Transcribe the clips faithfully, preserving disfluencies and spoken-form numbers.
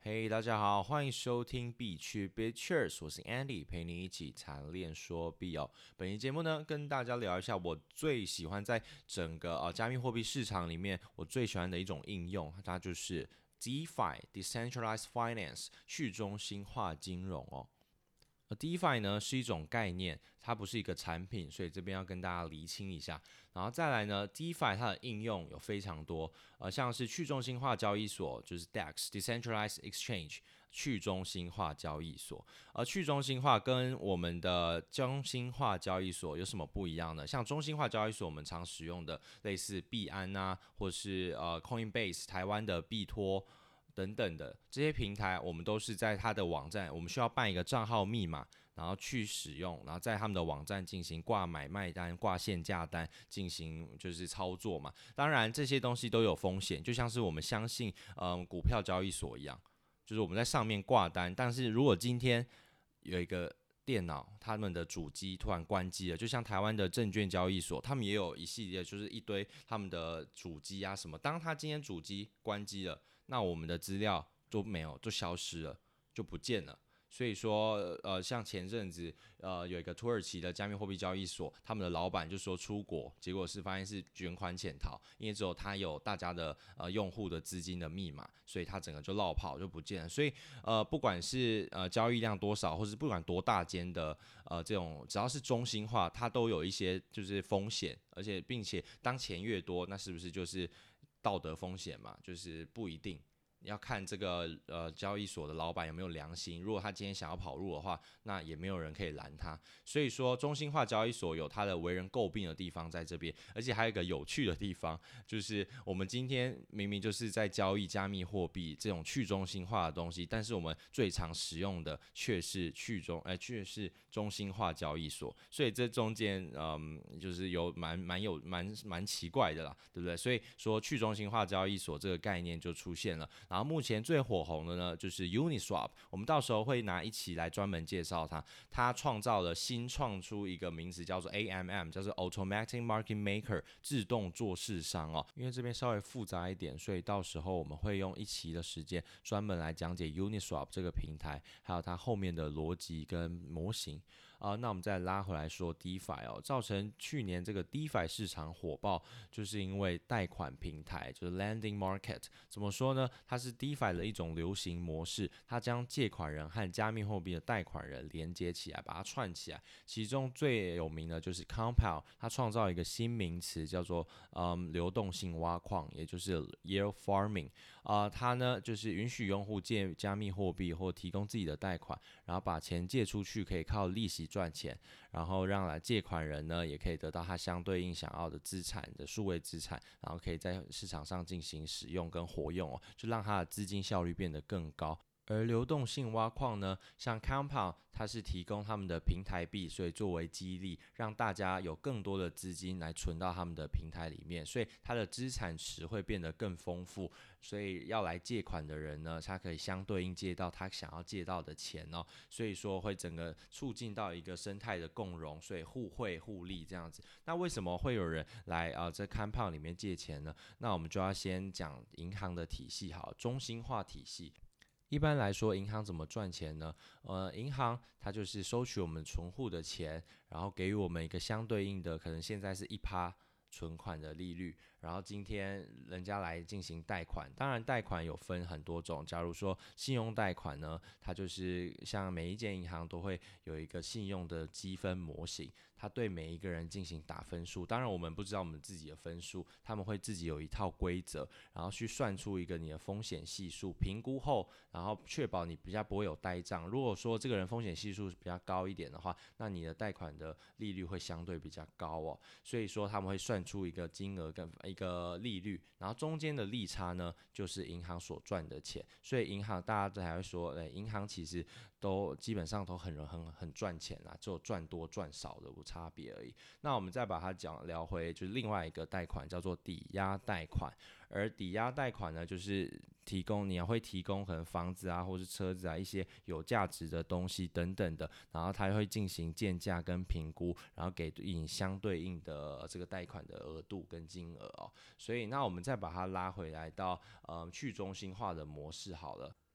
嘿、大家好，欢迎收听币圈 BitCheers，我是 Andy，陪你一起谈练说币哦。本期节目呢，跟大家聊一下我最喜欢在整个呃加密货币市场里面，我最喜欢的一种应用，它就是 DeFi（Decentralized Finance） 去中心化金融哦。而 DeFi 呢是一种概念，它不是一个产品，所以这边要跟大家厘清一下。然后再来呢，DeFi 它的应用有非常多，呃，像是去中心化交易所，就是 D E X（Decentralized Exchange） 去中心化交易所。而去中心化跟我们的中心化交易所有什么不一样呢？像中心化交易所，我们常使用的类似币安啊，或是呃 Coinbase 台湾的币托。等等的这些平台，我们都是在它的网站，我们需要办一个账号密码，然后去使用，然后在他们的网站进行挂买卖单、挂限价单，进行就是操作嘛。当然这些东西都有风险，就像是我们相信嗯股票交易所一样，就是我们在上面挂单，但是如果今天有一个电脑他们的主机突然关机了，就像台湾的证券交易所，他们也有一系列就是一堆他们的主机啊什么，当他今天主机关机了，那我们的资料就没有，就消失了，就不见了。所以说，呃，像前阵子，呃，有一个土耳其的加密货币交易所，他们的老板就说出国，结果是发现是卷款潜逃，因为只有他有大家的呃用户的资金的密码，所以他整个就落跑就不见了。所以，呃，不管是呃交易量多少，或是不管多大间的呃这种，只要是中心化，它都有一些就是风险，而且并且当钱越多，那是不是就是道德风险嘛？就是不一定。要看这个呃交易所的老板有没有良心，如果他今天想要跑路的话，那也没有人可以拦他。所以说，中心化交易所有它的为人诟病的地方在这边，而且还有一个有趣的地方，就是我们今天明明就是在交易加密货币这种去中心化的东西，但是我们最常使用的却是去中，呃，却是中心化交易所。所以这中间，嗯，就是有蛮蛮有蛮蛮奇怪的啦，对不对？所以说去中心化交易所这个概念就出现了。然后目前最火红的呢，就是 Uniswap， 我们到时候会拿一期来专门介绍它。它创造了新创出一个名词叫做 A M M， 叫做 Automatic Market Maker， 自动做市商哦。因为这边稍微复杂一点，所以到时候我们会用一期的时间专门来讲解 Uniswap 这个平台，还有它后面的逻辑跟模型。啊、呃，那我们再拉回来说 DeFi 哦，造成去年这个 DeFi 市场火爆，就是因为贷款平台，就是 Lending Market。怎么说呢？它是 DeFi 的一种流行模式，它将借款人和加密货币的贷款人连接起来，把它串起来。其中最有名的就是 Compound， 它创造一个新名词叫做嗯流动性挖矿，也就是 Yield Farming。啊、呃，它呢就是允许用户借加密货币或提供自己的贷款，然后把钱借出去，可以靠利息赚钱，然后让来借款人呢也可以得到他相对应想要的资产的数位资产，然后可以在市场上进行使用跟活用哦，就让他的资金效率变得更高。而流动性挖矿呢，像 Compound， 它是提供他们的平台币，所以作为激励，让大家有更多的资金来存到他们的平台里面，所以它的资产池会变得更丰富。所以要来借款的人呢，他可以相对应借到他想要借到的钱哦。所以说会整个促进到一个生态的共融，所以互惠互利这样子。那为什么会有人来啊、呃、在 Compound 里面借钱呢？那我们就要先讲银行的体系好，中心化体系。一般来说，银行怎么赚钱呢？呃，银行它就是收取我们存户的钱，然后给予我们一个相对应的，可能现在是一趴存款的利率，然后今天人家来进行贷款，当然贷款有分很多种，假如说信用贷款呢，它就是像每一间银行都会有一个信用的积分模型，它对每一个人进行打分数，当然我们不知道我们自己的分数，他们会自己有一套规则，然后去算出一个你的风险系数，评估后，然后确保你比较不会有呆账。如果说这个人风险系数比较高一点的话，那你的贷款的利率会相对比较高哦。所以说他们会算出一个金额跟一个利率，然后中间的利差呢，就是银行所赚的钱。所以银行大家才会说，哎，银行其实都基本上都很很很赚钱啦，只有赚多赚少的差别而已。那我们再把它讲聊回，就是另外一个贷款叫做抵押贷款，而抵押贷款呢，就是提供你要会提供可能房子啊，或是车子啊一些有价值的东西等等的，然后它会进行鉴价跟评估，然后给你相对应的这个贷款的额度跟金额哦。所以那我们再把它拉回来到呃去中心化的模式好了。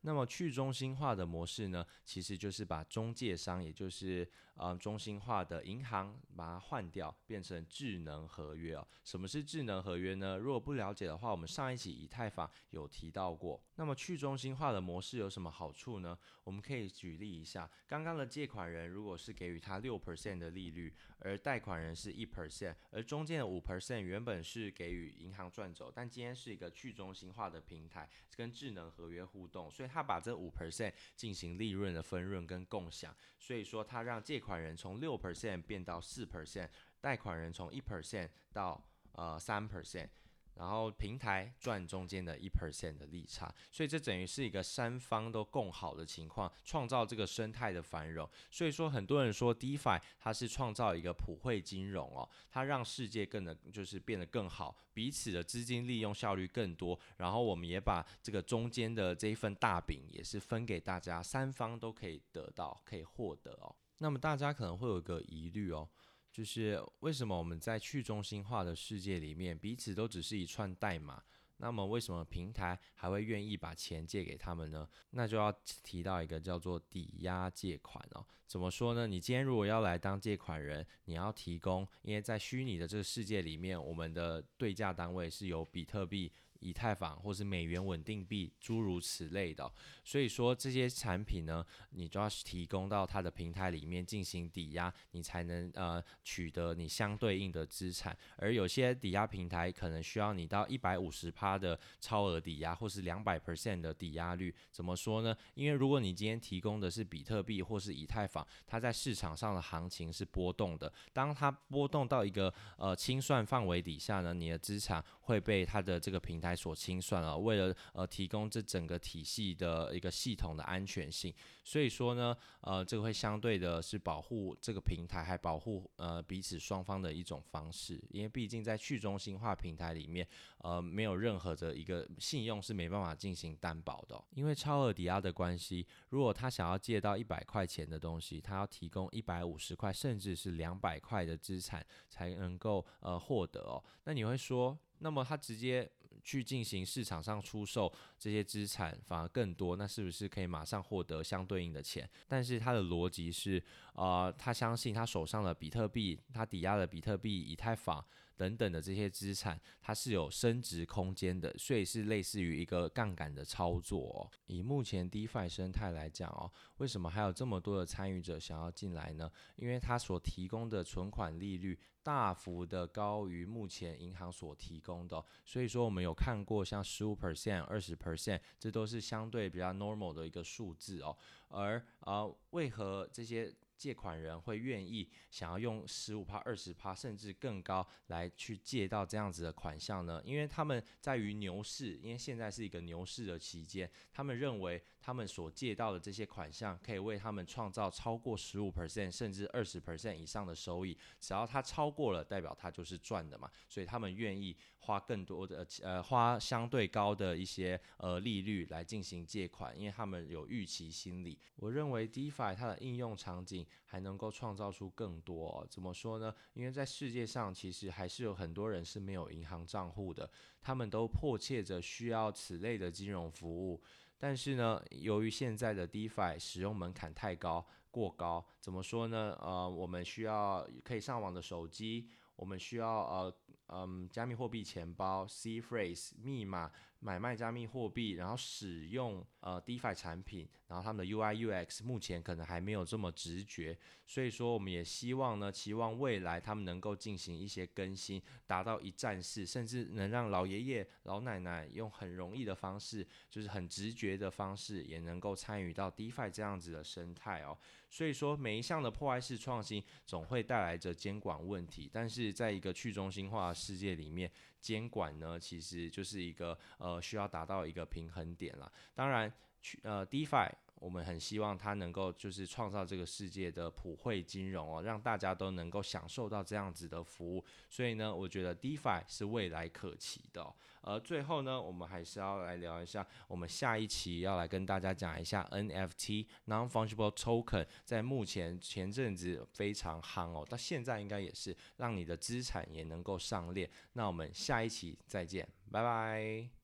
那么去中心化的模式呢，其实就是把中介商，也就是呃中心化的银行，把它换掉，变成智能合约哦。什么是智能合约呢？如果不了解的话，我们上一期以太坊有提到过。那么去中心化的模式有什么好处呢？我们可以举例一下，刚刚的借款人如果是给予他 百分之六 的利率，而贷款人是 百分之一，而中间的 百分之五 原本是给予银行赚走，但今天是一个去中心化的平台，跟智能合约互动，所以他把这 百分之五 进行利润的分润跟共享，所以说他让借款人从 百分之六 变到 百分之四， 贷款人从 百分之一 到呃 百分之三，然后平台赚中间的 百分之一 的利差，所以这等于是一个三方都共好的情况，创造这个生态的繁荣。所以说很多人说 DeFi 它是创造一个普惠金融哦，它让世界更的就是变得更好，彼此的资金利用效率更多，然后我们也把这个中间的这一份大饼也是分给大家，三方都可以得到，可以获得哦。那么大家可能会有一个疑虑哦，就是为什么我们在去中心化的世界里面，彼此都只是一串代码，那么为什么平台还会愿意把钱借给他们呢？那就要提到一个叫做抵押借款哦。怎么说呢？你今天如果要来当借款人，你要提供，因为在虚拟的这个世界里面，我们的对价单位是由比特币、以太坊或是美元稳定币诸如此类的哦，所以说这些产品呢，你就要提供到它的平台里面进行抵押，你才能呃取得你相对应的资产。而有些抵押平台可能需要你到 百分之一百五十 的超额抵押，或是 百分之两百 的抵押率。怎么说呢？因为如果你今天提供的是比特币或是以太坊，它在市场上的行情是波动的，当它波动到一个呃清算范围底下呢，你的资产会被它的这个平台所清算了。为了呃提供这整个体系的一个系统的安全性，所以说呢，呃，这个会相对的是保护这个平台，还保护呃彼此双方的一种方式。因为毕竟在去中心化平台里面，呃，没有任何的一个信用是没办法进行担保的哦。因为超额抵押的关系，如果他想要借到一百块钱的东西，他要提供一百五十块甚至是两百块的资产才能够呃获得哦。那你会说，那么他直接去进行市场上出售这些资产反而更多，那是不是可以马上获得相对应的钱？但是他的逻辑是，呃，他相信他手上的比特币，他抵押的比特币、以太坊等等的这些资产，它是有升值空间的，所以是类似于一个杠杆的操作哦。以目前 DeFi 生态来讲哦，为什么还有这么多的参与者想要进来呢？因为它所提供的存款利率大幅的高于目前银行所提供的哦，所以说我们有看过像 百分之十五、百分之二十， 这都是相对比较 normal 的一个数字哦。而呃，为何这些借款人会愿意想要用 百分之十五、百分之二十 甚至更高来去借到这样子的款项呢？因为他们在于牛市，因为现在是一个牛市的期间，他们认为他们所借到的这些款项可以为他们创造超过 百分之十五 甚至 百分之二十 以上的收益，只要他超过了，代表他就是赚的嘛，所以他们愿意花更多的呃花相对高的一些呃利率来进行借款，因为他们有预期心理。我认为 DeFi 它的应用场景还能够创造出更多哦。怎么说呢？因为在世界上其实还是有很多人是没有银行账户的，他们都迫切着需要此类的金融服务。但是呢，由于现在的 DeFi 使用门槛太高、过高，怎么说呢？呃，我们需要可以上网的手机，我们需要呃嗯加密货币钱包、C phrase 密码、买卖加密货币，然后使用呃 DeFi 产品，然后他们的 U I U X 目前可能还没有这么直觉，所以说我们也希望呢，期望未来他们能够进行一些更新，达到一站式，甚至能让老爷爷、老奶奶用很容易的方式，就是很直觉的方式，也能够参与到 DeFi 这样子的生态哦。所以说每一项的破坏式创新总会带来着监管问题，但是在一个去中心化的世界里面，监管呢其实就是一个呃需要达到一个平衡点啦。当然，去呃 DeFi 我们很希望它能够就是创造这个世界的普惠金融哦，让大家都能够享受到这样子的服务。所以呢，我觉得 DeFi 是未来可期的哦。而最后呢，我们还是要来聊一下，我们下一期要来跟大家讲一下 N F T Non-Fungible Token， 在目前前阵子非常夯哦，到现在应该也是让你的资产也能够上链。那我们下一期再见，拜拜。